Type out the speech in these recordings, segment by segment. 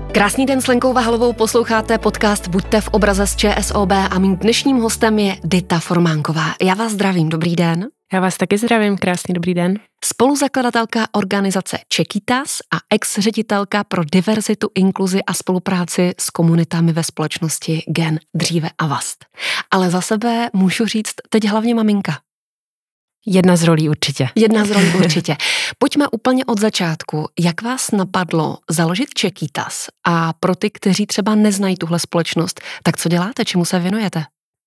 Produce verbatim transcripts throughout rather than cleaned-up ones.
Krásný den s Lenkou Vahalovou, posloucháte podcast Buďte v obraze z ČSOB a mým dnešním hostem je Dita Formánková. Já vás zdravím, dobrý den. Já vás taky zdravím, krásný dobrý den. Spoluzakladatelka organizace Čekytas a ex-ředitelka pro diverzitu, inkluzi a spolupráci s komunitami ve společnosti Gen, dříve Avast. Ale za sebe můžu říct teď hlavně maminka. Jedna z rolí určitě. Jedna z rolí určitě. Pojďme úplně od začátku. Jak vás napadlo založit Čekytas? A pro ty, kteří třeba neznají tuhle společnost, tak co děláte, čemu se věnujete?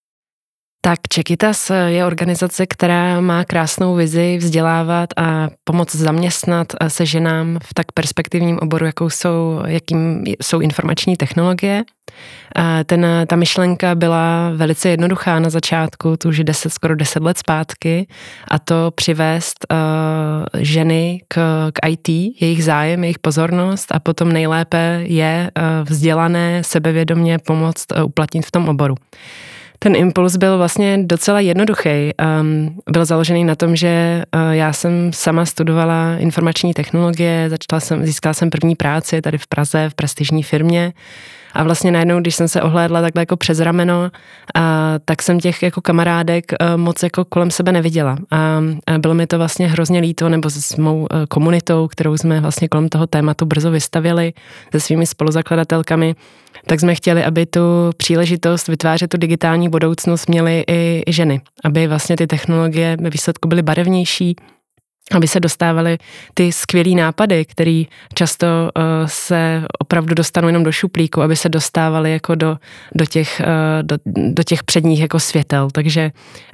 Tak Čekytas je organizace, která má krásnou vizi vzdělávat a pomoct zaměstnat se ženám v tak perspektivním oboru, jakou jsou, jakým jsou informační technologie. Ten, ta myšlenka byla velice jednoduchá na začátku, to už je deset, skoro deset let zpátky, a to přivést uh, ženy k, k í té, jejich zájem, jejich pozornost a potom nejlépe je uh, vzdělané, sebevědomě pomoct uh, uplatnit v tom oboru. Ten impuls byl vlastně docela jednoduchý. Um, byl založený na tom, že uh, já jsem sama studovala informační technologie, začala jsem, získala jsem první práci tady v Praze v prestižní firmě a vlastně najednou, když jsem se ohlédla takhle jako přes rameno, a, tak jsem těch jako kamarádek a, moc jako kolem sebe neviděla. A, a bylo mi to vlastně hrozně líto, nebo s mou a, komunitou, kterou jsme vlastně kolem toho tématu brzo vystavili se svými spoluzakladatelkami, tak jsme chtěli, aby tu příležitost vytvářet tu digitální budoucnost měly i, i ženy. Aby vlastně ty technologie ve výsledku byly barevnější, aby se dostávaly ty skvělý nápady, které často uh, se opravdu dostanou jenom do šuplíku, aby se dostávaly jako do, do, těch, uh, do, do těch předních jako světel. Takže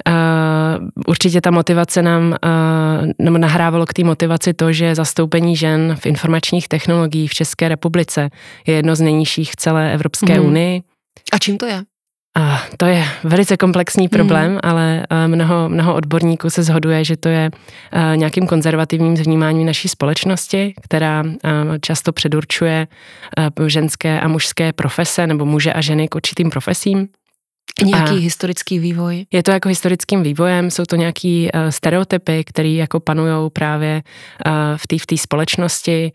uh, určitě ta motivace nám uh, nebo nahrávalo k té motivaci to, že zastoupení žen v informačních technologiích v České republice je jedno z nejnižších v celé Evropské hmm. unii. A čím to je? A to je velice komplexní problém, mm. ale mnoho, mnoho odborníků se shoduje, že to je nějakým konzervativním vnímáním naší společnosti, která často předurčuje ženské a mužské profese nebo muže a ženy k určitým profesím. Nějaký a historický vývoj? Je to jako historickým vývojem, jsou to nějaký uh, stereotypy, které jako panujou právě uh, v té v té společnosti.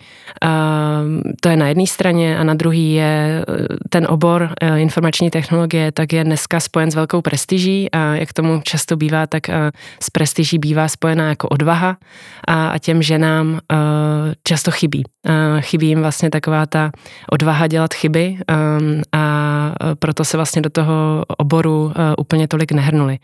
Uh, to je na jedné straně a na druhé je uh, ten obor uh, informační technologie, tak je dneska spojen s velkou prestiží a jak tomu často bývá, tak uh, s prestiží bývá spojená jako odvaha a, a těm ženám uh, často chybí. Uh, chybí jim vlastně taková ta odvaha dělat chyby um, a proto se vlastně do toho oboru uh, úplně tolik nehrnuli.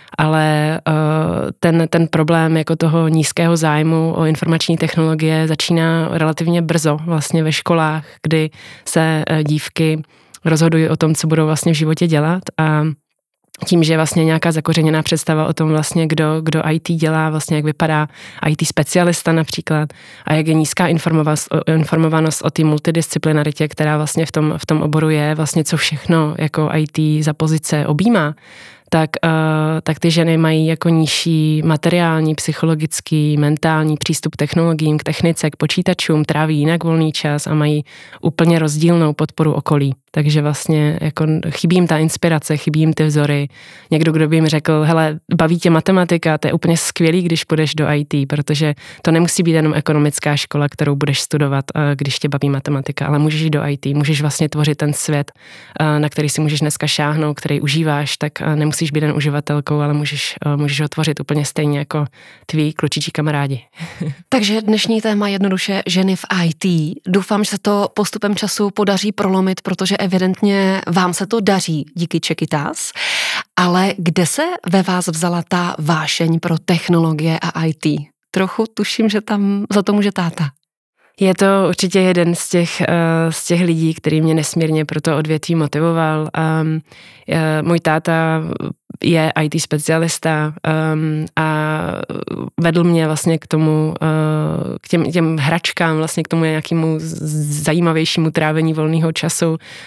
Ale uh, ten, ten problém jako toho nízkého zájmu o informační technologie začíná relativně brzo vlastně ve školách, kdy se uh, dívky rozhodují o tom, co budou vlastně v životě dělat a tím, že je vlastně nějaká zakořeněná představa o tom vlastně, kdo, kdo í té dělá, vlastně jak vypadá í té specialista například a jak je nízká informovanost, informovanost o té multidisciplinaritě, která vlastně v tom, v tom oboru je, vlastně co všechno jako í té za pozice objímá, tak, uh, tak ty ženy mají jako nižší materiální, psychologický, mentální přístup k technologiím, k technice, k počítačům, tráví jinak volný čas a mají úplně rozdílnou podporu okolí. Takže vlastně jako chybí jim ta inspirace, chybí jim ty vzory. Někdo, kdo by jim řekl, hele, baví tě matematika, to je úplně skvělý, když půjdeš do í té, protože to nemusí být jenom ekonomická škola, kterou budeš studovat, když tě baví matematika, ale můžeš jít do í té, můžeš vlastně tvořit ten svět, na který si můžeš dneska šáhnout, který užíváš, tak nemusíš být jen uživatelkou, ale můžeš, můžeš ho tvořit úplně stejně jako tví klučičí kamarádi. Takže dnešní téma jednoduše ženy v í té. Doufám, že se to postupem času podaří prolomit, protože evidentně vám se to daří díky Čekytas, ale kde se ve vás vzala ta vášeň pro technologie a í té? Trochu tuším, že tam za to může táta. Je to určitě jeden z těch, z těch lidí, který mě nesmírně pro to odvětví motivoval. Um, můj táta je í té specialista um, a vedl mě vlastně k tomu, uh, k těm, těm hračkám, vlastně k tomu nějakému zajímavějšímu trávení volného času.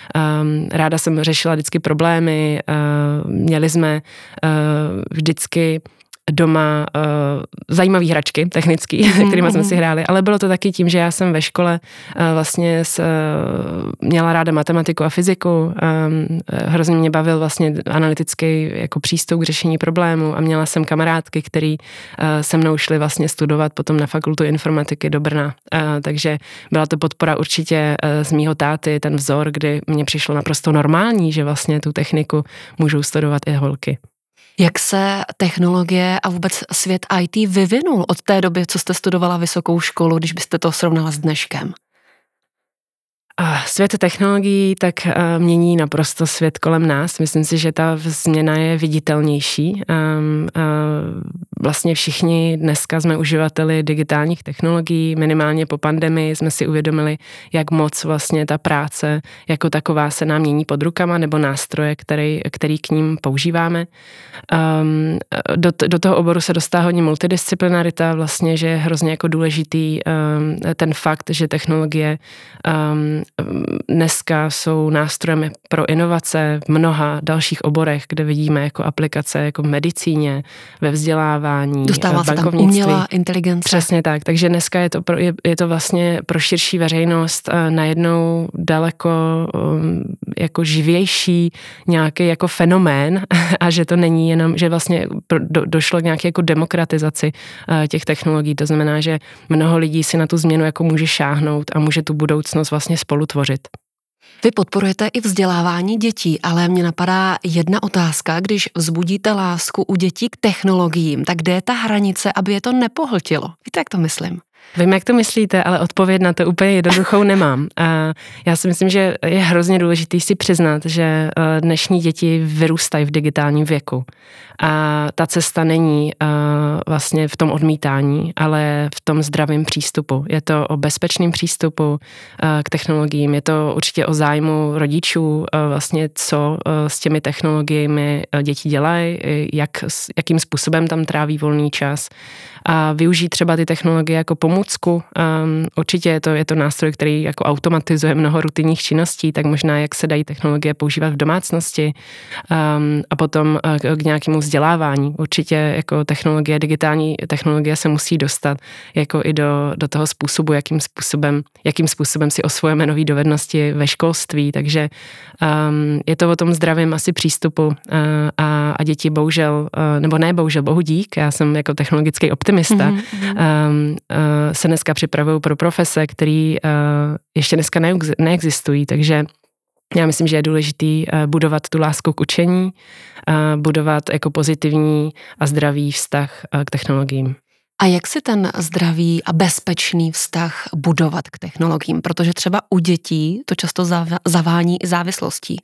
Um, ráda jsem řešila vždycky problémy, uh, měli jsme uh, vždycky doma uh, zajímavý hračky technický, mm-hmm. kterými jsme si hráli, ale bylo to taky tím, že já jsem ve škole uh, vlastně s, uh, měla ráda matematiku a fyziku, um, hrozně mě bavil vlastně analytický jako přístup k řešení problému a měla jsem kamarádky, který uh, se mnou šli vlastně studovat potom na fakultu informatiky do Brna, uh, takže byla to podpora určitě uh, z mýho táty, ten vzor, kdy mně přišlo naprosto normální, že vlastně tu techniku můžou studovat i holky. Jak se technologie a vůbec svět í té vyvinul od té doby, co jste studovala vysokou školu, když byste to srovnala s dneškem? Svět technologií tak uh, mění naprosto svět kolem nás. Myslím si, že ta změna je viditelnější. Um, uh, vlastně všichni dneska jsme uživateli digitálních technologií. Minimálně po pandemii jsme si uvědomili, jak moc vlastně ta práce jako taková se nám mění pod rukama, nebo nástroje, který, který k ním používáme. Um, do, do toho oboru se dostává hodně multidisciplinarita, vlastně, že je hrozně jako důležitý um, ten fakt, že technologie um, dneska jsou nástrojem pro inovace v mnoha dalších oborech, kde vidíme jako aplikace jako v medicíně, ve vzdělávání, dostává v bankovnictví. Se tam umělá inteligence. Přesně tak, takže dneska je to, pro, je, je to vlastně pro širší veřejnost najednou daleko um, jako živější nějaký jako fenomén a že to není jenom, že vlastně do, došlo k nějaké jako demokratizaci uh, těch technologií, to znamená, že mnoho lidí si na tu změnu jako může šáhnout a může tu budoucnost vlastně spolu tvořit. Vy podporujete i vzdělávání dětí, ale mě napadá jedna otázka, když vzbudíte lásku u dětí k technologiím, tak kde je ta hranice, aby je to nepohltilo? Víte, jak to myslím? Vím, jak to myslíte, ale odpověď na to úplně jednoduchou nemám. A já si myslím, že je hrozně důležitý si přiznat, že dnešní děti vyrůstají v digitálním věku. A ta cesta není vlastně v tom odmítání, ale v tom zdravém přístupu. Je to o bezpečným přístupu k technologiím, je to určitě o zájmu rodičů, vlastně co s těmi technologiemi děti dělají, jak, jakým způsobem tam tráví volný čas a využít třeba ty technologie jako pomůcku. Um, určitě je to, je to nástroj, který jako automatizuje mnoho rutinních činností, tak možná jak se dají technologie používat v domácnosti um, a potom uh, k nějakému vzdělávání. Určitě jako technologie, digitální technologie se musí dostat jako i do, do toho způsobu, jakým způsobem, jakým způsobem si osvojíme nové dovednosti ve školství, takže um, je to o tom zdravém asi přístupu uh, a, a děti bohužel, uh, nebo ne bohužel, bohu dík, já jsem jako technologický optimista, mm-hmm. um, uh, se dneska připravují pro profese, který uh, ještě dneska neexistují, takže já myslím, že je důležitý uh, budovat tu lásku k učení, uh, budovat jako pozitivní a zdravý vztah uh, k technologiím. A jak si ten zdravý a bezpečný vztah budovat k technologiím? Protože třeba u dětí to často zavání i závislostí.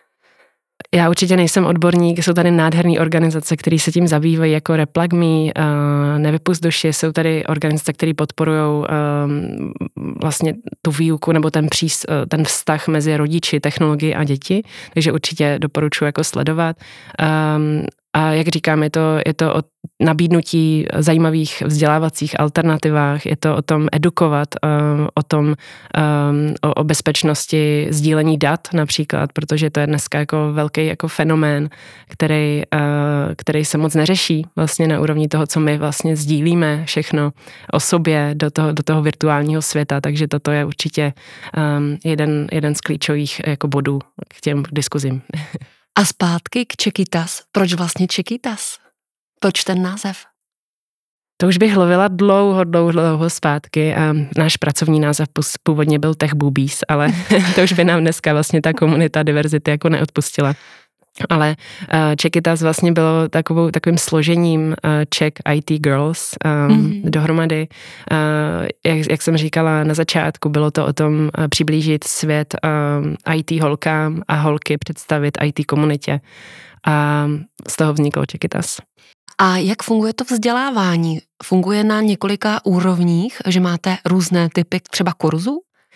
Já určitě nejsem odborník, jsou tady nádherné organizace, které se tím zabývají, jako Replug Me, uh, Nevypust duši, jsou tady organizace, které podporují um, vlastně tu výuku nebo ten, přís, ten vztah mezi rodiči, technologii a děti, takže určitě doporučuji jako sledovat. Um, A jak říkám, je to, je to o nabídnutí zajímavých vzdělávacích alternativách, je to o tom edukovat, um, o tom, um, o, o bezpečnosti sdílení dat například, protože to je dneska jako velký jako fenomén, který, uh, který se moc neřeší vlastně na úrovni toho, co my vlastně sdílíme všechno o sobě do toho, do toho virtuálního světa, takže toto je určitě um, jeden, jeden z klíčových jako bodů k těm diskuzím. A zpátky k Čekytas. Proč vlastně Čekytas? Proč ten název? To už bych lovila dlouho, dlouho, dlouho zpátky a náš pracovní název původně byl Tech Boobies, ale to už by nám dneska vlastně ta komunita diverzity jako neodpustila. Ale uh, Čekytas vlastně bylo takovou, takovým složením uh, Czech í té Girls um, mm-hmm. dohromady. Uh, jak, jak jsem říkala na začátku, bylo to o tom uh, přiblížit svět um, í té holkám a holky představit í té komunitě. A z toho vzniklo Čekytas. A jak funguje to vzdělávání? Funguje na několika úrovních, že máte různé typy třeba kurzů?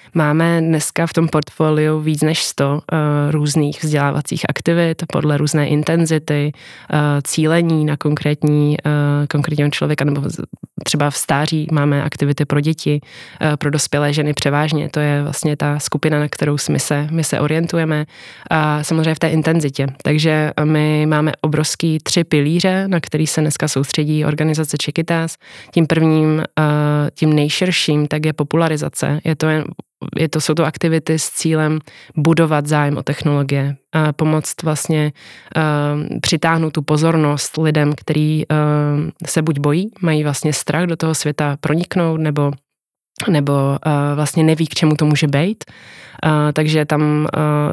Máme dneska v tom portfoliu víc než sto uh, různých vzdělávacích aktivit podle různé intenzity, uh, cílení na konkrétní, uh, konkrétního člověka, nebo třeba v stáří máme aktivity pro děti, uh, pro dospělé ženy převážně. To je vlastně ta skupina, na kterou my se, my se orientujeme. A samozřejmě v té intenzitě. Takže my máme obrovský tři pilíře, na který se dneska soustředí organizace Chiquitas. Tím prvním, uh, tím nejširším, tak je popularizace. Je to jen Je to, jsou to aktivity s cílem budovat zájem o technologie a pomoct vlastně uh, přitáhnout tu pozornost lidem, který uh, se buď bojí, mají vlastně strach do toho světa proniknout, nebo nebo uh, vlastně neví, k čemu to může být. Uh, takže tam uh,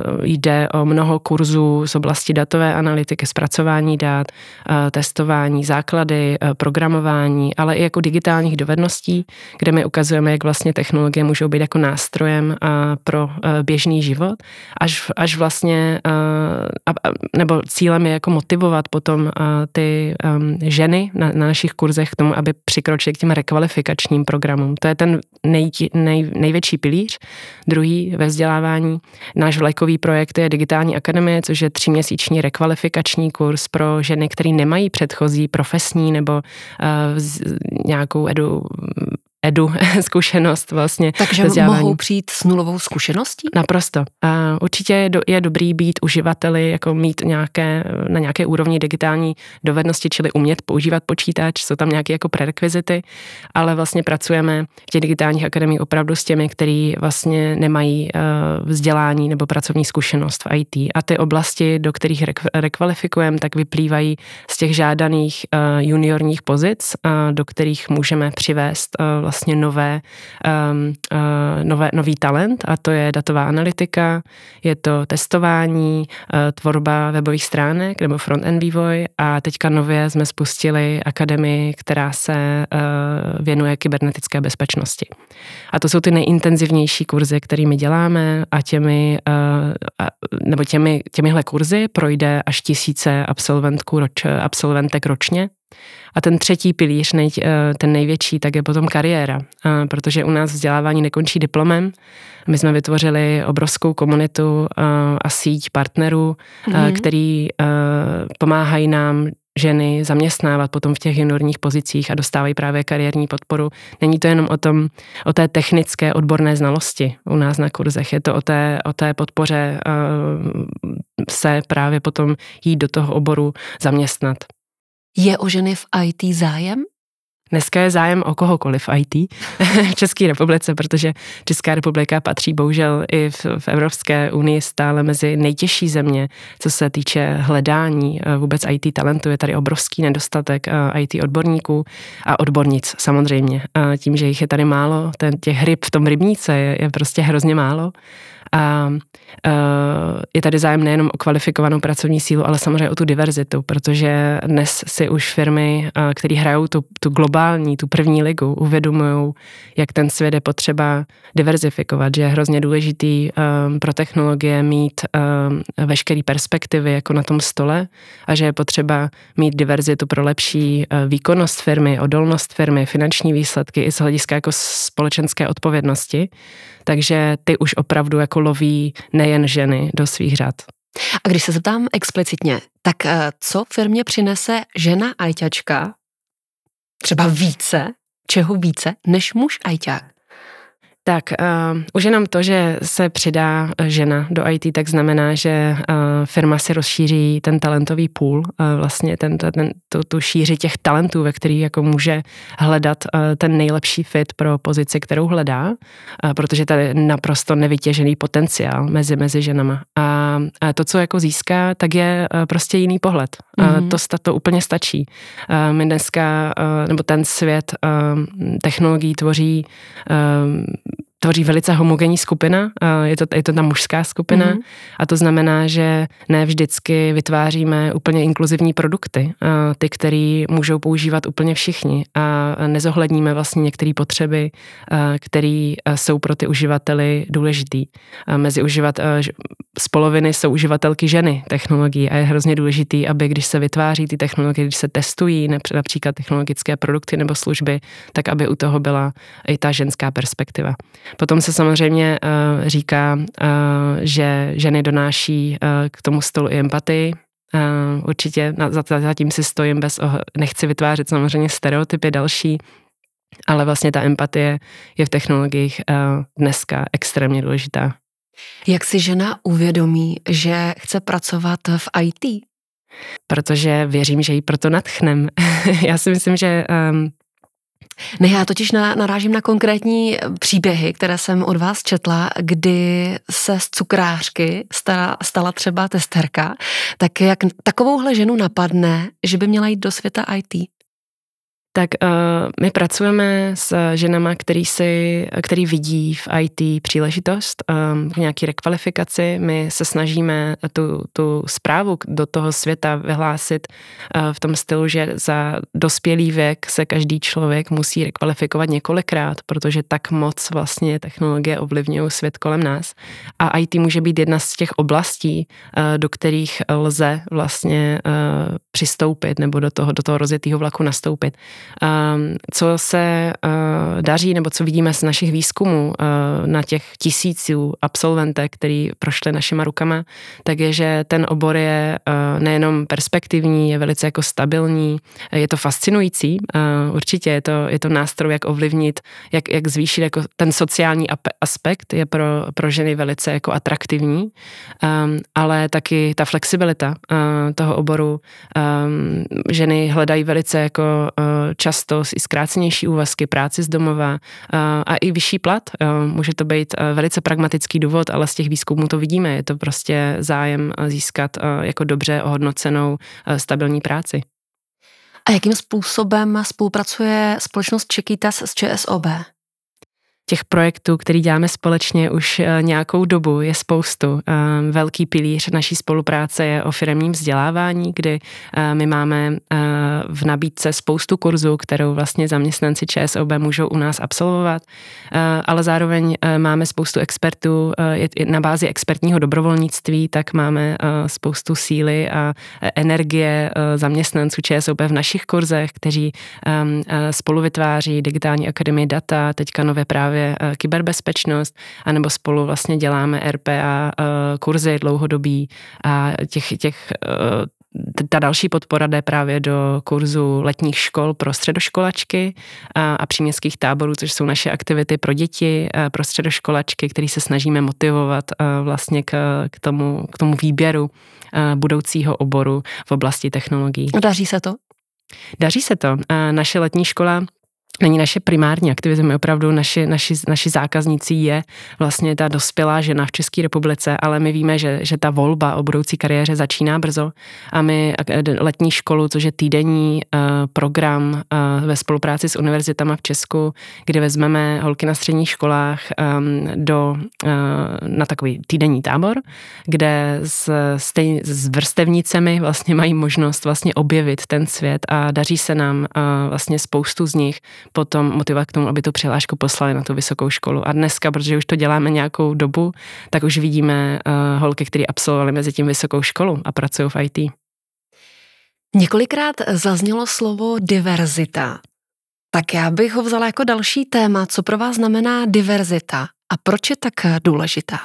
jde o mnoho kurzů z oblasti datové analytiky, zpracování dat, uh, testování, základy, uh, programování, ale i jako digitálních dovedností, kde my ukazujeme, jak vlastně technologie můžou být jako nástrojem uh, pro uh, běžný život, až, až vlastně, uh, nebo cílem je jako motivovat potom uh, ty um, ženy na, na našich kurzech k tomu, aby přikročili k těm rekvalifikačním programům. To je ten nej, nej, největší pilíř. Druhý ve vzdělávání. Náš vlajkový projekt je Digitální akademie, což je tříměsíční rekvalifikační kurz pro ženy, které nemají předchozí profesní nebo uh, z, nějakou edu, edu zkušenost vlastně. Takže mohou přijít s nulovou zkušeností? Naprosto. A určitě je, do, je dobrý být uživateli, jako mít nějaké, na nějaké úrovni digitální dovednosti, čili umět používat počítač, jsou tam nějaké jako prerekvizity, ale vlastně pracujeme v těch digitálních akademiích opravdu s těmi, kteří vlastně nemají uh, vzdělání nebo pracovní zkušenost v í té. A ty oblasti, do kterých rek, rekvalifikujeme, tak vyplývají z těch žádaných uh, juniorních pozic, uh, do kterých můžeme přivést uh, vlastně nové, um, uh, nové, nový talent, a to je datová analytika, je to testování, uh, tvorba webových stránek nebo front-end vývoj, a teďka nově jsme spustili akademii, která se uh, věnuje kybernetické bezpečnosti. A to jsou ty nejintenzivnější kurzy, kterými děláme, a těmi, uh, nebo těmi, těmihle kurzy projde až tisíce absolventků roč, absolventek ročně. A ten třetí pilíř, nej, ten největší, tak je potom kariéra, protože u nás vzdělávání nekončí diplomem. My jsme vytvořili obrovskou komunitu a síť partnerů, mm-hmm. který pomáhají nám ženy zaměstnávat potom v těch juniorních pozicích a dostávají právě kariérní podporu. Není to jenom o tom, o té technické odborné znalosti u nás na kurzech, je to o té, o té podpoře se právě potom jít do toho oboru zaměstnat. Je o ženy v í té zájem? Dneska je zájem o kohokoliv v í té v České republice, protože Česká republika patří bohužel i v, v Evropské unii stále mezi nejtěžší země, co se týče hledání vůbec í té talentu. Je tady obrovský nedostatek í té odborníků a odbornic samozřejmě. A tím, že jich je tady málo, ten, těch ryb v tom rybníce je, je prostě hrozně málo. A uh, je tady zájem nejenom o kvalifikovanou pracovní sílu, ale samozřejmě o tu diverzitu, protože dnes si už firmy, uh, které hrajou tu, tu globální, tu první ligu, uvědomují, jak ten svět je potřeba diverzifikovat, že je hrozně důležitý um, pro technologie mít um, veškeré perspektivy jako na tom stole, a že je potřeba mít diverzitu pro lepší uh, výkonnost firmy, odolnost firmy, finanční výsledky i z hlediska jako společenské odpovědnosti. Takže ty už opravdu jako loví nejen ženy do svých řad. A když se zeptám explicitně, tak co firmě přinese žena ajťačka třeba více, čeho více, než muž ajťák? Tak uh, už jenom to, že se přidá žena do í té, tak znamená, že uh, firma si rozšíří ten talentový pool, uh, vlastně ten, ten, tu, tu šíři těch talentů, ve který jako může hledat uh, ten nejlepší fit pro pozici, kterou hledá, uh, protože tady je naprosto nevytěžený potenciál mezi, mezi ženama. A, a to, co jako získá, tak je uh, prostě jiný pohled. Mm-hmm. Uh, to, to úplně stačí. Uh, my dneska, uh, nebo ten svět uh, technologií tvoří uh, tvoří velice homogenní skupina, je to, je to ta mužská skupina, mm-hmm. a to znamená, že ne vždycky vytváříme úplně inkluzivní produkty, ty, které můžou používat úplně všichni, a nezohledníme vlastně některé potřeby, které jsou pro ty uživateli důležitý. Mezi uživat, z poloviny jsou uživatelky ženy technologií a je hrozně důležitý, aby když se vytváří ty technologie, když se testují například technologické produkty nebo služby, tak aby u toho byla i ta ženská perspektiva. Potom se samozřejmě uh, říká, uh, že ženy donáší uh, k tomu stolu i empatii. Uh, určitě zatím si stojím bez, oh, nechci vytvářet samozřejmě stereotypy další, ale vlastně ta empatie je v technologiích uh, dneska extrémně důležitá. Jak si žena uvědomí, že chce pracovat v í té? Protože věřím, že ji proto nadchnem. Já si myslím, že... Um, Ne, já totiž narážím na konkrétní příběhy, které jsem od vás četla, kdy se z cukrářky stala, stala třeba testerka. Tak jak takovouhle ženu napadne, že by měla jít do světa í té? Tak uh, my pracujeme s ženama, který, si, který vidí v í té příležitost um, v nějaké rekvalifikaci. My se snažíme tu, tu zprávu do toho světa vyhlásit uh, v tom stylu, že za dospělý věk se každý člověk musí rekvalifikovat několikrát, protože tak moc vlastně technologie ovlivňují svět kolem nás. A í té může být jedna z těch oblastí, uh, do kterých lze vlastně uh, přistoupit nebo do toho, do toho rozjetého vlaku nastoupit. Um, co se uh, daří, nebo co vidíme z našich výzkumů uh, na těch tisíců absolventek, který prošly našima rukama, tak je, že ten obor je uh, nejenom perspektivní, je velice jako stabilní, je to fascinující, uh, určitě je to, je to nástroj, jak ovlivnit, jak, jak zvýšit jako ten sociální aspekt, je pro, pro ženy velice jako atraktivní, um, ale taky ta flexibilita uh, toho oboru. Um, ženy hledají velice jako uh, často i zkrácenější úvazky, práci z domova a i vyšší plat. Může to být velice pragmatický důvod, ale z těch výzkumů to vidíme. Je to prostě zájem získat jako dobře ohodnocenou stabilní práci. A jakým způsobem spolupracuje společnost Čekytas s ČSOB? Těch projektů, který děláme společně už nějakou dobu, je spoustu. Velký pilíř naší spolupráce je o firemním vzdělávání, kdy my máme v nabídce spoustu kurzů, kterou vlastně zaměstnanci ČSOB můžou u nás absolvovat, ale zároveň máme spoustu expertů, na bázi expertního dobrovolnictví, tak máme spoustu síly a energie zaměstnanců ČSOB v našich kurzech, kteří spolu vytváří digitální akademii data, teďka nové právě kyberbezpečnost, anebo spolu vlastně děláme R P A kurzy dlouhodobí a těch, těch ta další podpora jde právě do kurzu letních škol pro středoškolačky a, a příměstských táborů, což jsou naše aktivity pro děti, pro středoškolačky, který se snažíme motivovat vlastně k, k, tomu, k tomu výběru budoucího oboru v oblasti technologií. Daří se to? Daří se to. Naše letní škola není naše primární aktivita, opravdu naši, naši, naši zákazníci je vlastně ta dospělá žena v České republice, ale my víme, že, že ta volba o budoucí kariéře začíná brzo a my letní školu, což je týdenní uh, program uh, ve spolupráci s univerzitama v Česku, kde vezmeme holky na středních školách um, do, uh, na takový týdenní tábor, kde s, stej, s vrstevnicemi vlastně mají možnost vlastně objevit ten svět a daří se nám uh, vlastně spoustu z nich potom motivovat k tomu, aby tu přihlášku poslali na tu vysokou školu. A dneska, protože už to děláme nějakou dobu, tak už vidíme uh, holky, které absolvovaly mezi tím vysokou školu a pracují v í té. Několikrát zaznělo slovo diverzita. Tak já bych ho vzala jako další téma. Co pro vás znamená diverzita a proč je tak důležitá?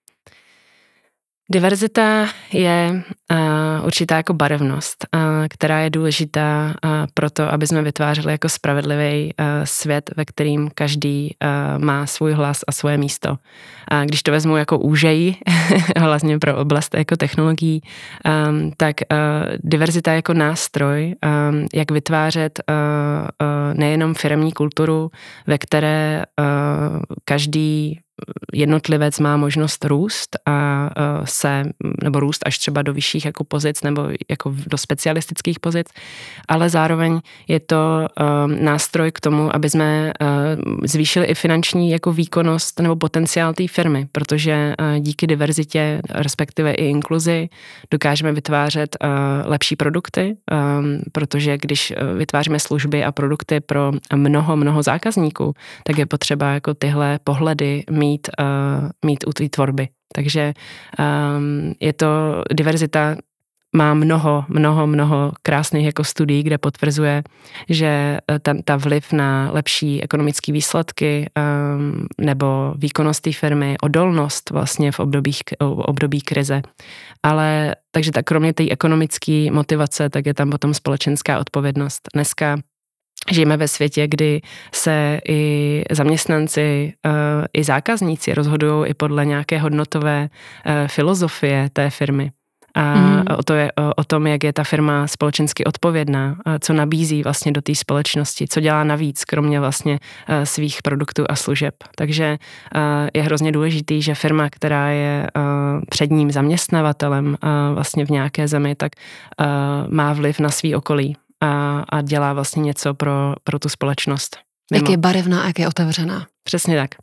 Diverzita je uh, určitá jako barevnost, uh, která je důležitá uh, proto, aby jsme vytvářeli jako spravedlivý uh, svět, ve kterým každý uh, má svůj hlas a svoje místo. A když to vezmu jako úžeji, vlastně pro oblast jako technologií, um, tak uh, diverzita je jako nástroj, um, jak vytvářet uh, uh, nejenom firemní kulturu, ve které uh, každý jednotlivec má možnost růst a se, nebo růst až třeba do vyšších jako pozic nebo jako do specialistických pozic, ale zároveň je to um, nástroj k tomu, aby jsme uh, zvýšili i finanční jako výkonnost nebo potenciál té firmy, protože uh, díky diverzitě, respektive i inkluzi, dokážeme vytvářet uh, lepší produkty, um, protože když vytváříme služby a produkty pro mnoho, mnoho zákazníků, tak je potřeba jako tyhle pohledy mít mít, uh, mít u té tvorby. Takže um, je to diverzita, má mnoho, mnoho, mnoho krásných jako studií, kde potvrzuje, že ta, ta vliv na lepší ekonomické výsledky um, nebo výkonnost té firmy, odolnost vlastně v období, období krize. Ale takže tak kromě té ekonomické motivace, tak je tam potom společenská odpovědnost. Dneska žijeme ve světě, kdy se i zaměstnanci, uh, i zákazníci rozhodují i podle nějaké hodnotové uh, filozofie té firmy. A mm. o, to je, o, o tom, jak je ta firma společensky odpovědná, co nabízí vlastně do té společnosti, co dělá navíc, kromě vlastně uh, svých produktů a služeb. Takže uh, je hrozně důležitý, že firma, která je uh, předním zaměstnavatelem uh, vlastně v nějaké zemi, tak uh, má vliv na svý okolí a, a dělá vlastně něco pro, pro tu společnost. Jak je barevná a jak je otevřená. Přesně tak.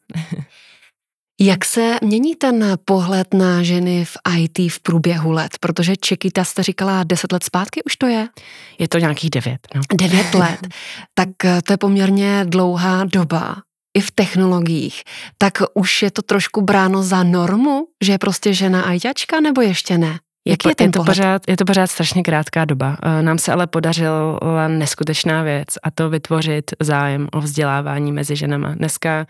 Jak se mění ten pohled na ženy v í té v průběhu let? Protože Chiquita jste říkala deset let zpátky už to je? Je to nějakých devět. No. Devět let. Tak to je poměrně dlouhá doba. I v technologiích. Tak už je to trošku bráno za normu, že je prostě žena ajťačka, nebo ještě ne? Je, je, je, to pořád, je to pořád strašně krátká doba. Nám se ale podařila neskutečná věc a to vytvořit zájem o vzdělávání mezi ženama. Dneska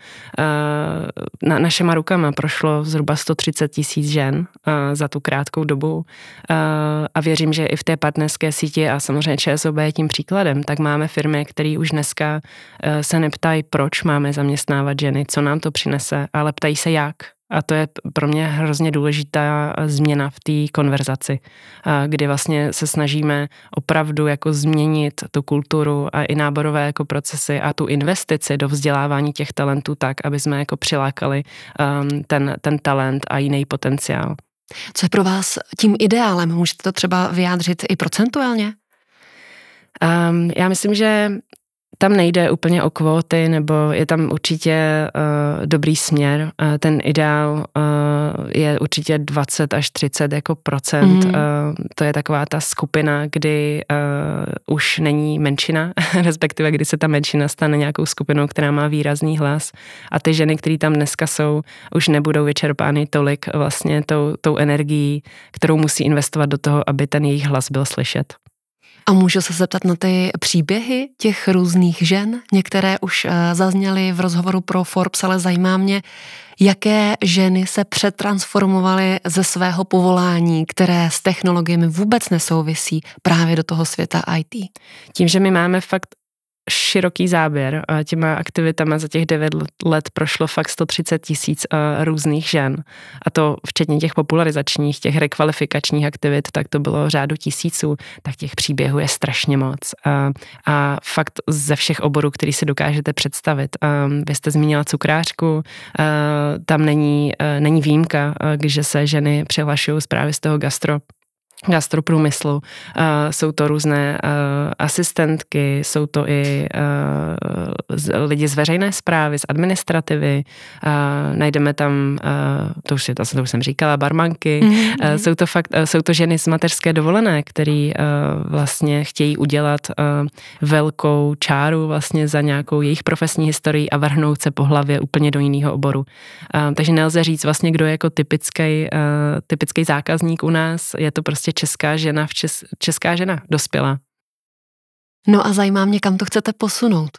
na, našima rukama prošlo zhruba sto třicet tisíc žen za tu krátkou dobu a věřím, že i v té partnerské síti a samozřejmě ČSOB je tím příkladem, tak máme firmy, které už dneska se neptají, proč máme zaměstnávat ženy, co nám to přinese, ale ptají se jak. A to je pro mě hrozně důležitá změna v té konverzaci, kdy vlastně se snažíme opravdu jako změnit tu kulturu a i náborové jako procesy a tu investici do vzdělávání těch talentů tak, aby jsme jako přilákali um, ten, ten talent a jiný potenciál. Co je pro vás tím ideálem? Můžete to třeba vyjádřit i procentuálně? Um, já myslím, že tam nejde úplně o kvóty, nebo je tam určitě uh, dobrý směr. Uh, ten ideál uh, je určitě dvacet až třicet jako procent. Mm. Uh, to je taková ta skupina, kdy uh, už není menšina, respektive kdy se ta menšina stane nějakou skupinou, která má výrazný hlas. A ty ženy, které tam dneska jsou, už nebudou vyčerpány tolik vlastně tou, tou energií, kterou musí investovat do toho, aby ten jejich hlas byl slyšet. A můžu se zeptat na ty příběhy těch různých žen? Některé už zazněly v rozhovoru pro Forbes, ale zajímá mě, jaké ženy se přetransformovaly ze svého povolání, které s technologiemi vůbec nesouvisí, právě do toho světa í té. Tím, že my máme fakt široký záběr. Těma aktivitama za těch devět let prošlo fakt sto třicet tisíc různých žen. A to včetně těch popularizačních, těch rekvalifikačních aktivit, tak to bylo řádu tisíců, tak těch příběhů je strašně moc. A, a fakt ze všech oborů, který si dokážete představit. A vy jste zmínila cukrářku, a tam není, není výjimka, že se ženy přihlašují právě z toho gastro gastroprůmyslu. Uh, jsou to různé uh, asistentky, jsou to i uh, z, lidi z veřejné správy, z administrativy, uh, najdeme tam, uh, to, už je, to, to už jsem říkala, barmanky, mm-hmm. uh, jsou, to fakt, uh, jsou to ženy z mateřské dovolené, který uh, vlastně chtějí udělat uh, velkou čáru vlastně za nějakou jejich profesní historii a vrhnout se po hlavě úplně do jiného oboru. Uh, takže nelze říct vlastně, kdo je jako typický, uh, typický zákazník u nás, je to prostě česká žena, v čes, česká žena dospělá. No a zajímá mě, kam to chcete posunout?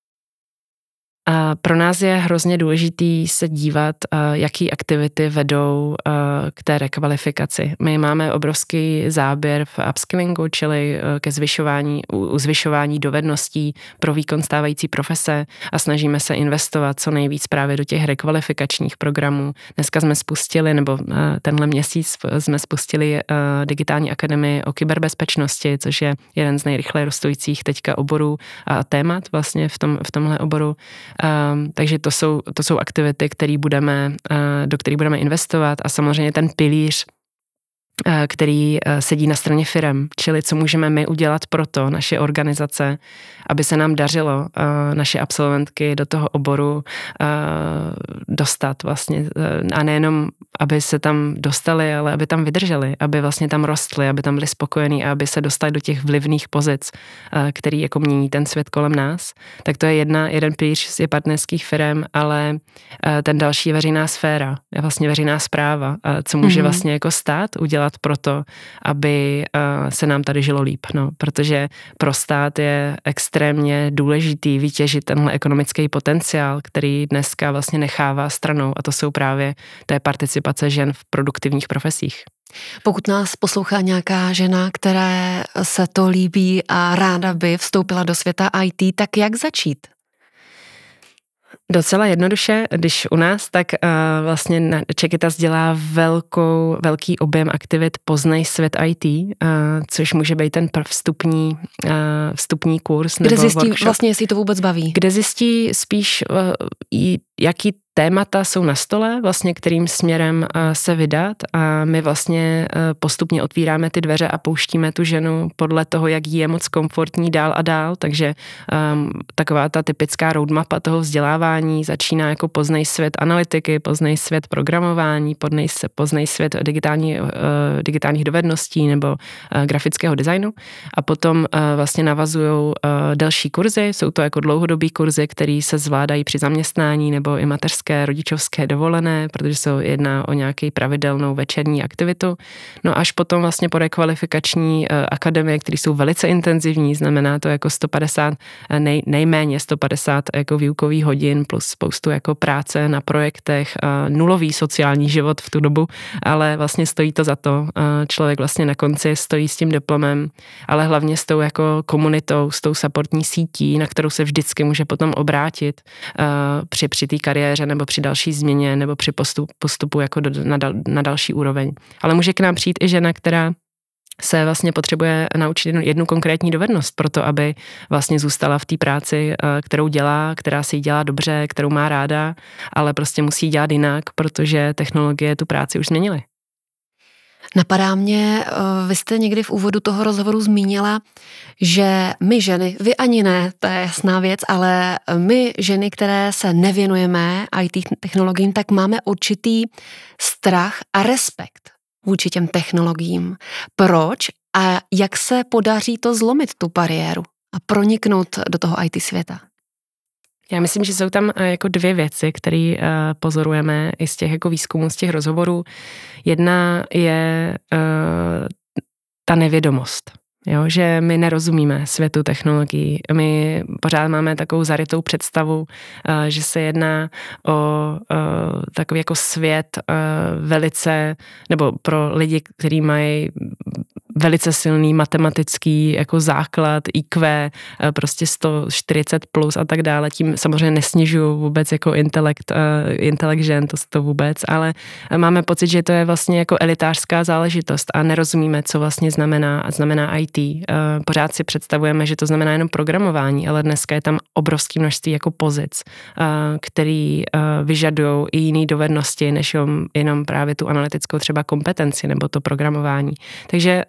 A pro nás je hrozně důležitý se dívat, jaký aktivity vedou k té rekvalifikaci. My máme obrovský záběr v upskillingu, čili ke zvyšování, u zvyšování dovedností pro výkon stávající profese a snažíme se investovat co nejvíc právě do těch rekvalifikačních programů. Dneska jsme spustili, nebo tenhle měsíc jsme spustili digitální akademii o kyberbezpečnosti, což je jeden z nejrychleji rostoucích teďka oborů a témat vlastně v, tom, v tomhle oboru. Um, takže to jsou, to jsou aktivity, které budeme, uh, do kterých budeme investovat a samozřejmě ten pilíř, uh, který uh, sedí na straně firem, čili co můžeme my udělat pro to, naše organizace, aby se nám dařilo uh, naše absolventky do toho oboru uh, dostat vlastně uh, a nejenom aby se tam dostali, ale aby tam vydrželi, aby vlastně tam rostli, aby tam byli spokojení a aby se dostali do těch vlivných pozic, který jako mění ten svět kolem nás. Tak to je jedna, jeden pilíř je partnerských firem, ale ten další je veřejná sféra, je vlastně veřejná správa, co může mm-hmm. vlastně jako stát udělat pro to, aby se nám tady žilo líp, no, protože pro stát je extrémně důležitý vytěžit tenhle ekonomický potenciál, který dneska vlastně nechává stranou, a to jsou právě té participace žen v produktivních profesích. Pokud nás poslouchá nějaká žena, které se to líbí a ráda by vstoupila do světa í té, tak jak začít? Docela jednoduše, když u nás, tak uh, vlastně Čekytas dělá velkou, velký objem aktivit Poznej svět í té, uh, což může být ten vstupní, uh, vstupní kurz. Kde nebo zjistí workshop, vlastně, jestli to vůbec baví. Kde zjistí spíš, uh, jaký témata jsou na stole, vlastně kterým směrem se vydat, a my vlastně postupně otvíráme ty dveře a pouštíme tu ženu podle toho, jak jí je moc komfortní dál a dál, takže um, taková ta typická roadmapa toho vzdělávání začíná jako Poznej svět analytiky, Poznej svět programování, Poznej, poznej svět digitální, uh, digitálních dovedností nebo uh, grafického designu, a potom uh, vlastně navazujou uh, další kurzy, jsou to jako dlouhodobý kurzy, které se zvládají při zaměstnání nebo i mateřské rodičovské dovolené, protože se jedná o nějaký pravidelnou večerní aktivitu. No až potom vlastně po rekvalifikační uh, akademie, které jsou velice intenzivní, znamená to jako sto padesát, nej, nejméně sto padesát jako výukových hodin plus spoustu jako práce na projektech, uh, nulový sociální život v tu dobu, ale vlastně stojí to za to. Uh, člověk vlastně na konci stojí s tím diplomem, ale hlavně s tou jako komunitou, s tou supportní sítí, na kterou se vždycky může potom obrátit uh, při, při té kariéře nebo při další změně nebo při postupu, postupu jako do, na, dal, na další úroveň. Ale může k nám přijít i žena, která se vlastně potřebuje naučit jednu, jednu konkrétní dovednost pro to, aby vlastně zůstala v té práci, kterou dělá, která si ji dělá dobře, kterou má ráda, ale prostě musí dělat jinak, protože technologie tu práci už změnily. Napadá mě, vy jste někdy v úvodu toho rozhovoru zmínila, že my ženy, vy ani ne, to je jasná věc, ale my ženy, které se nevěnujeme í té technologiím, tak máme určitý strach a respekt vůči těm technologiím. Proč a jak se podaří to zlomit, tu bariéru a proniknout do toho í té světa? Já myslím, že jsou tam jako dvě věci, které uh, pozorujeme i z těch jako výzkumů, z těch rozhovorů. Jedna je uh, ta nevědomost, jo? Že my nerozumíme světu technologií. My pořád máme takovou zarytou představu, uh, že se jedná o uh, takový jako svět uh, velice, nebo pro lidi, kteří mají velice silný matematický jako základ, í kvé, prostě sto čtyřicet plus a tak dále. Tím samozřejmě nesnižuju vůbec jako intelekt, intelekt žen, to, to vůbec, ale máme pocit, že to je vlastně jako elitářská záležitost a nerozumíme, co vlastně znamená, znamená í té. Pořád si představujeme, že to znamená jenom programování, ale dneska je tam obrovské množství jako pozic, který vyžadují i jiné dovednosti, než jenom právě tu analytickou třeba kompetenci nebo to programování. Takže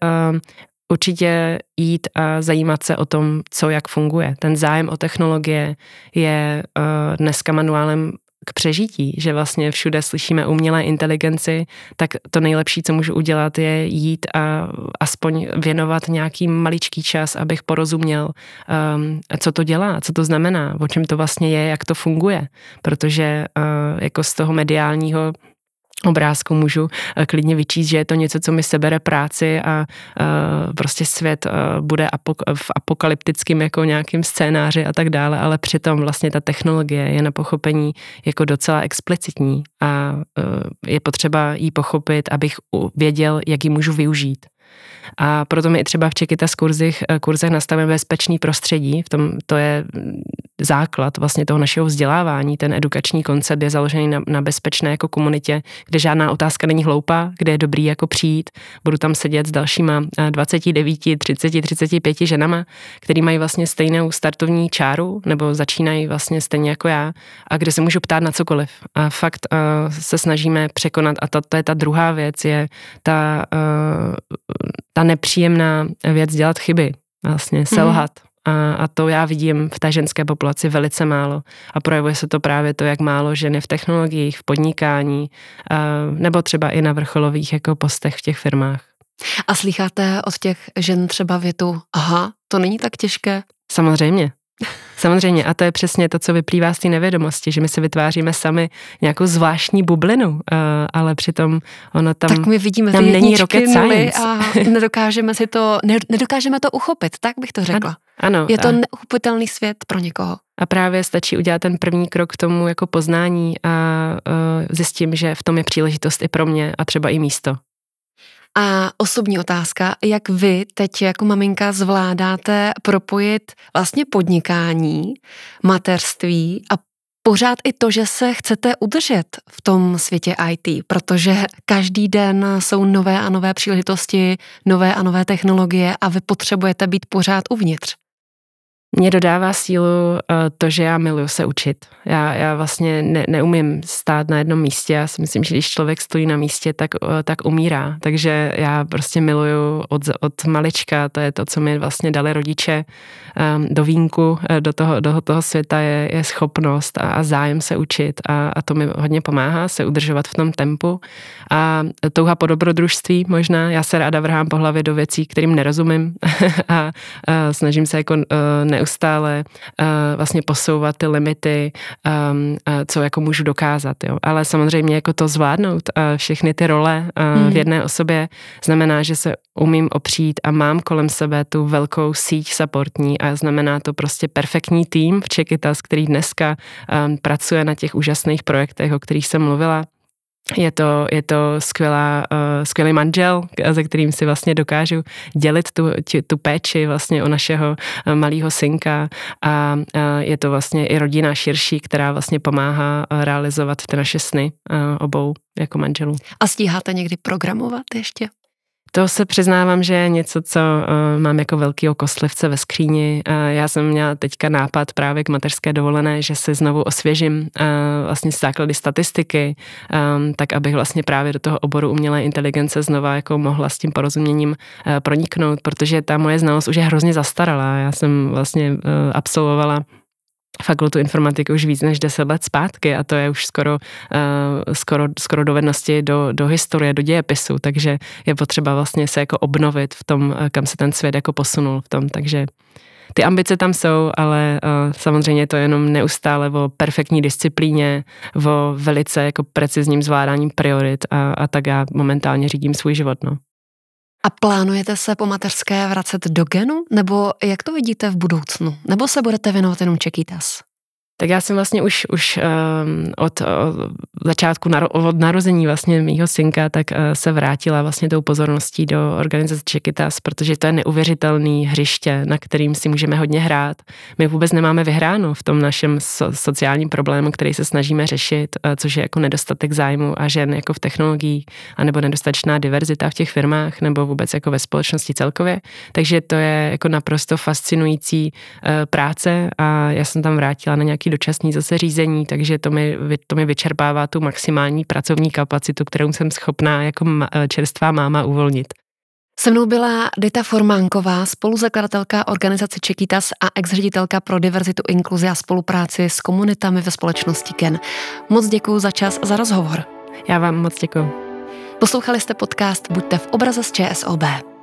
určitě jít a zajímat se o tom, co jak funguje. Ten zájem o technologie je uh, dneska manuálem k přežití, že vlastně všude slyšíme umělé inteligenci, tak to nejlepší, co můžu udělat, je jít a aspoň věnovat nějaký maličký čas, abych porozuměl, um, co to dělá, co to znamená, o čem to vlastně je, jak to funguje, protože uh, jako z toho mediálního obrázku můžu klidně vyčíst, že je to něco, co mi sebere práci a uh, prostě svět uh, bude apok- v apokalyptickým jako nějakým scénáři a tak dále, ale přitom vlastně ta technologie je na pochopení jako docela explicitní a uh, je potřeba jí pochopit, abych věděl, jak ji můžu využít. A proto my i třeba v Čekytas kurzech, kurzech nastavujeme bezpečný prostředí, v tom to je základ vlastně toho našeho vzdělávání, ten edukační koncept je založený na, na bezpečné jako komunitě, kde žádná otázka není hloupá, kde je dobrý jako přijít, budu tam sedět s dalšíma dvacet devět, třicet, třicet pět ženama, který mají vlastně stejnou startovní čáru, nebo začínají vlastně stejně jako já, a kde se můžu ptát na cokoliv. A fakt uh, se snažíme překonat, a to, to je ta druhá věc, je ta uh, ta nepříjemná věc dělat chyby, vlastně selhat. A, a to já vidím v té ženské populaci velice málo. A projevuje se to právě to, jak málo ženy v technologiích, v podnikání, nebo třeba i na vrcholových jako postech v těch firmách. A slycháte od těch žen třeba větu, aha, to není tak těžké? Samozřejmě. Samozřejmě a to je přesně to, co vyplývá z té nevědomosti, že my si vytváříme sami nějakou zvláštní bublinu, ale přitom ono tam, tak my vidíme tam není rocket science. A nedokážeme si to, nedokážeme to uchopit, tak bych to řekla. Ano, ano, je to a, neuchopitelný svět pro někoho. A právě stačí udělat ten první krok k tomu jako poznání a uh, zjistím, že v tom je příležitost i pro mě a třeba i místo. A osobní otázka, jak vy teď jako maminka zvládáte propojit vlastně podnikání, mateřství a pořád i to, že se chcete udržet v tom světě í té, protože každý den jsou nové a nové příležitosti, nové a nové technologie a vy potřebujete být pořád uvnitř. Mně dodává sílu to, že já miluju se učit. Já, já vlastně ne, neumím stát na jednom místě. Já si myslím, že když člověk stojí na místě, tak, tak umírá. Takže já prostě miluju od, od malička, to je to, co mi vlastně dali rodiče do vínku, do toho, do toho světa je, je schopnost a, a zájem se učit a, a to mi hodně pomáhá se udržovat v tom tempu. A touha po dobrodružství možná, já se ráda vrhám po hlavě do věcí, kterým nerozumím a, a snažím se jako ne neustále uh, vlastně posouvat ty limity, um, uh, co jako můžu dokázat. Jo. Ale samozřejmě jako to zvládnout uh, všechny ty role uh, hmm. v jedné osobě znamená, že se umím opřít a mám kolem sebe tu velkou síť supportní a znamená to prostě perfektní tým v Čekytas, který dneska um, pracuje na těch úžasných projektech, o kterých jsem mluvila. Je to, je to skvělá, uh, skvělý manžel, se kterým si vlastně dokážu dělit tu, tu péči vlastně o našeho uh, malého synka a uh, je to vlastně i rodina širší, která vlastně pomáhá uh, realizovat ty naše sny uh, obou jako manželů. A stíháte někdy programovat ještě? To se přiznávám, že je něco, co uh, mám jako velkýho kostlivce ve skříni. Uh, já jsem měla teďka nápad právě k mateřské dovolené, že si znovu osvěžím uh, vlastně základy statistiky, um, tak abych vlastně právě do toho oboru umělé inteligence znova jako mohla s tím porozuměním uh, proniknout, protože ta moje znalost už je hrozně zastaralá. Já jsem vlastně uh, absolvovala fakultu informatiky už víc než deset let zpátky a to je už skoro, uh, skoro, skoro dovednosti do, do historie, do dějepisu, takže je potřeba vlastně se jako obnovit v tom, kam se ten svět jako posunul v tom, takže ty ambice tam jsou, ale uh, samozřejmě to je jenom neustále o perfektní disciplíně, o velice jako precizním zvládání priorit a, a tak já momentálně řídím svůj život, no. A plánujete se po mateřské vracet do genu? Nebo jak to vidíte v budoucnu? Nebo se budete věnovat jenom Čekytas? Tak já jsem vlastně už, už um, od, od začátku, naro, od narození vlastně mýho synka, tak uh, se vrátila vlastně tou pozorností do organizace Čekytas, protože to je neuvěřitelný hřiště, na kterým si můžeme hodně hrát. My vůbec nemáme vyhráno v tom našem so, sociálním problému, který se snažíme řešit, uh, což je jako nedostatek zájmu a žen jako v technologiích, anebo nedostatečná diverzita v těch firmách, nebo vůbec jako ve společnosti celkově. Takže to je jako naprosto fascinující uh, práce a já jsem tam vrátila na nějaký dočasný zase řízení, takže to mi, to mi vyčerpává tu maximální pracovní kapacitu, kterou jsem schopná jako čerstvá máma uvolnit. Se mnou byla Dita Formánková, spoluzakladatelka organizace Čekytas a ex-ředitelka pro diverzitu, inkluzi a spolupráci s komunitami ve společnosti Gen. Moc děkuju za čas a za rozhovor. Já vám moc děkuju. Poslouchali jste podcast Buďte v obraze z ČSOB.